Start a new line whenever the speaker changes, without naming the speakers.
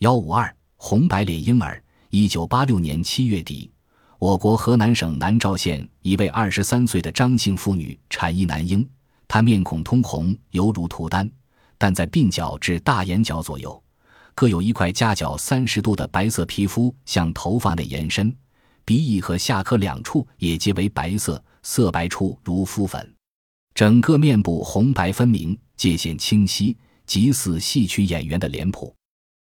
152红白脸婴儿。1986年7月底，我国河南省南召县一位23岁的张姓妇女产一男婴，她面孔通红，犹如图丹，但在鬓角至大眼角左右，各有一块夹角30度的白色皮肤向头发内延伸，鼻翼和下颌两处也皆为白色，色白处如肤粉。整个面部红白分明，界限清晰，极似戏曲演员的脸谱。